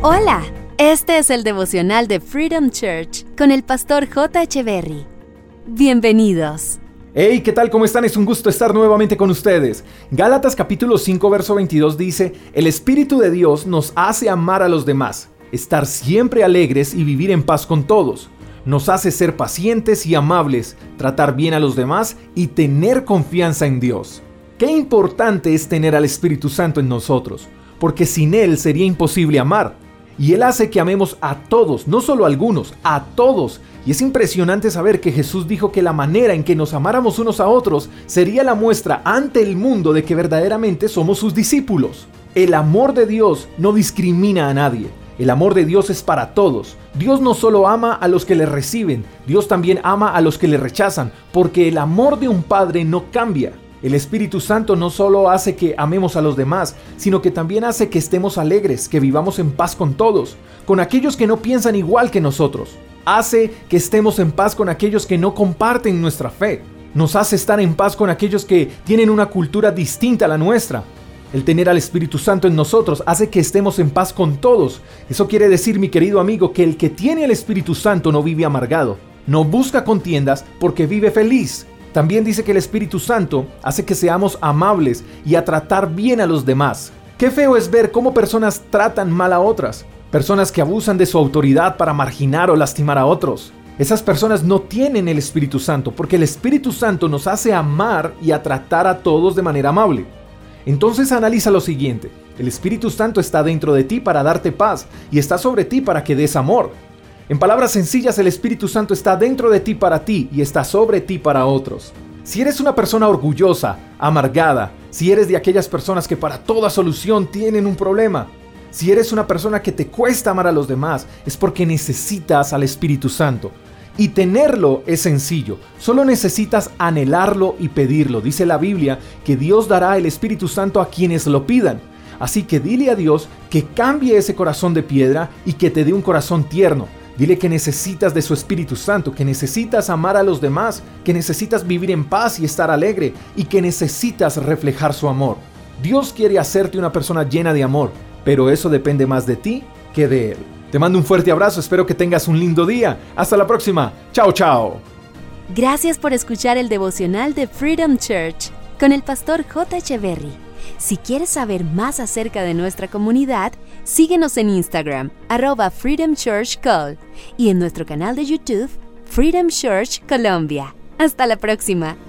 Hola, este es el devocional de Freedom Church con el pastor J. Berry. Bienvenidos. Hey, ¿qué tal? ¿Cómo están? Es un gusto estar nuevamente con ustedes. Gálatas capítulo 5, verso 22 dice: El Espíritu de Dios nos hace amar a los demás, estar siempre alegres y vivir en paz con todos. Nos hace ser pacientes y amables, tratar bien a los demás y tener confianza en Dios. Qué importante es tener al Espíritu Santo en nosotros, porque sin Él sería imposible amar. Y Él hace que amemos a todos, no solo a algunos, a todos. Y es impresionante saber que Jesús dijo que la manera en que nos amáramos unos a otros sería la muestra ante el mundo de que verdaderamente somos sus discípulos. El amor de Dios no discrimina a nadie. El amor de Dios es para todos. Dios no solo ama a los que le reciben, Dios también ama a los que le rechazan, porque el amor de un padre no cambia. El Espíritu Santo no solo hace que amemos a los demás, sino que también hace que estemos alegres, que vivamos en paz con todos, con aquellos que no piensan igual que nosotros. Hace que estemos en paz con aquellos que no comparten nuestra fe. Nos hace estar en paz con aquellos que tienen una cultura distinta a la nuestra. El tener al Espíritu Santo en nosotros hace que estemos en paz con todos. Eso quiere decir, mi querido amigo, que el que tiene el Espíritu Santo no vive amargado, no busca contiendas porque vive feliz. También dice que el Espíritu Santo hace que seamos amables y a tratar bien a los demás. Qué feo es ver cómo personas tratan mal a otras. Personas que abusan de su autoridad para marginar o lastimar a otros. Esas personas no tienen el Espíritu Santo, porque el Espíritu Santo nos hace amar y a tratar a todos de manera amable. Entonces analiza lo siguiente: el Espíritu Santo está dentro de ti para darte paz y está sobre ti para que des amor. En palabras sencillas, el Espíritu Santo está dentro de ti y está sobre ti para otros. Si eres una persona orgullosa, amargada, si eres de aquellas personas que para toda solución tienen un problema, si eres una persona que te cuesta amar a los demás, es porque necesitas al Espíritu Santo. Y tenerlo es sencillo, solo necesitas anhelarlo y pedirlo. Dice la Biblia que Dios dará el Espíritu Santo a quienes lo pidan. Así que dile a Dios que cambie ese corazón de piedra y que te dé un corazón tierno. Dile que necesitas de su Espíritu Santo, que necesitas amar a los demás, que necesitas vivir en paz y estar alegre, y que necesitas reflejar su amor. Dios quiere hacerte una persona llena de amor, pero eso depende más de ti que de Él. Te mando un fuerte abrazo, espero que tengas un lindo día. Hasta la próxima. Chao, chao. Gracias por escuchar el devocional de Freedom Church con el pastor J. Berry. Si quieres saber más acerca de nuestra comunidad, síguenos en Instagram, @Freedom Church Call, y en nuestro canal de YouTube, Freedom Church Colombia. Hasta la próxima.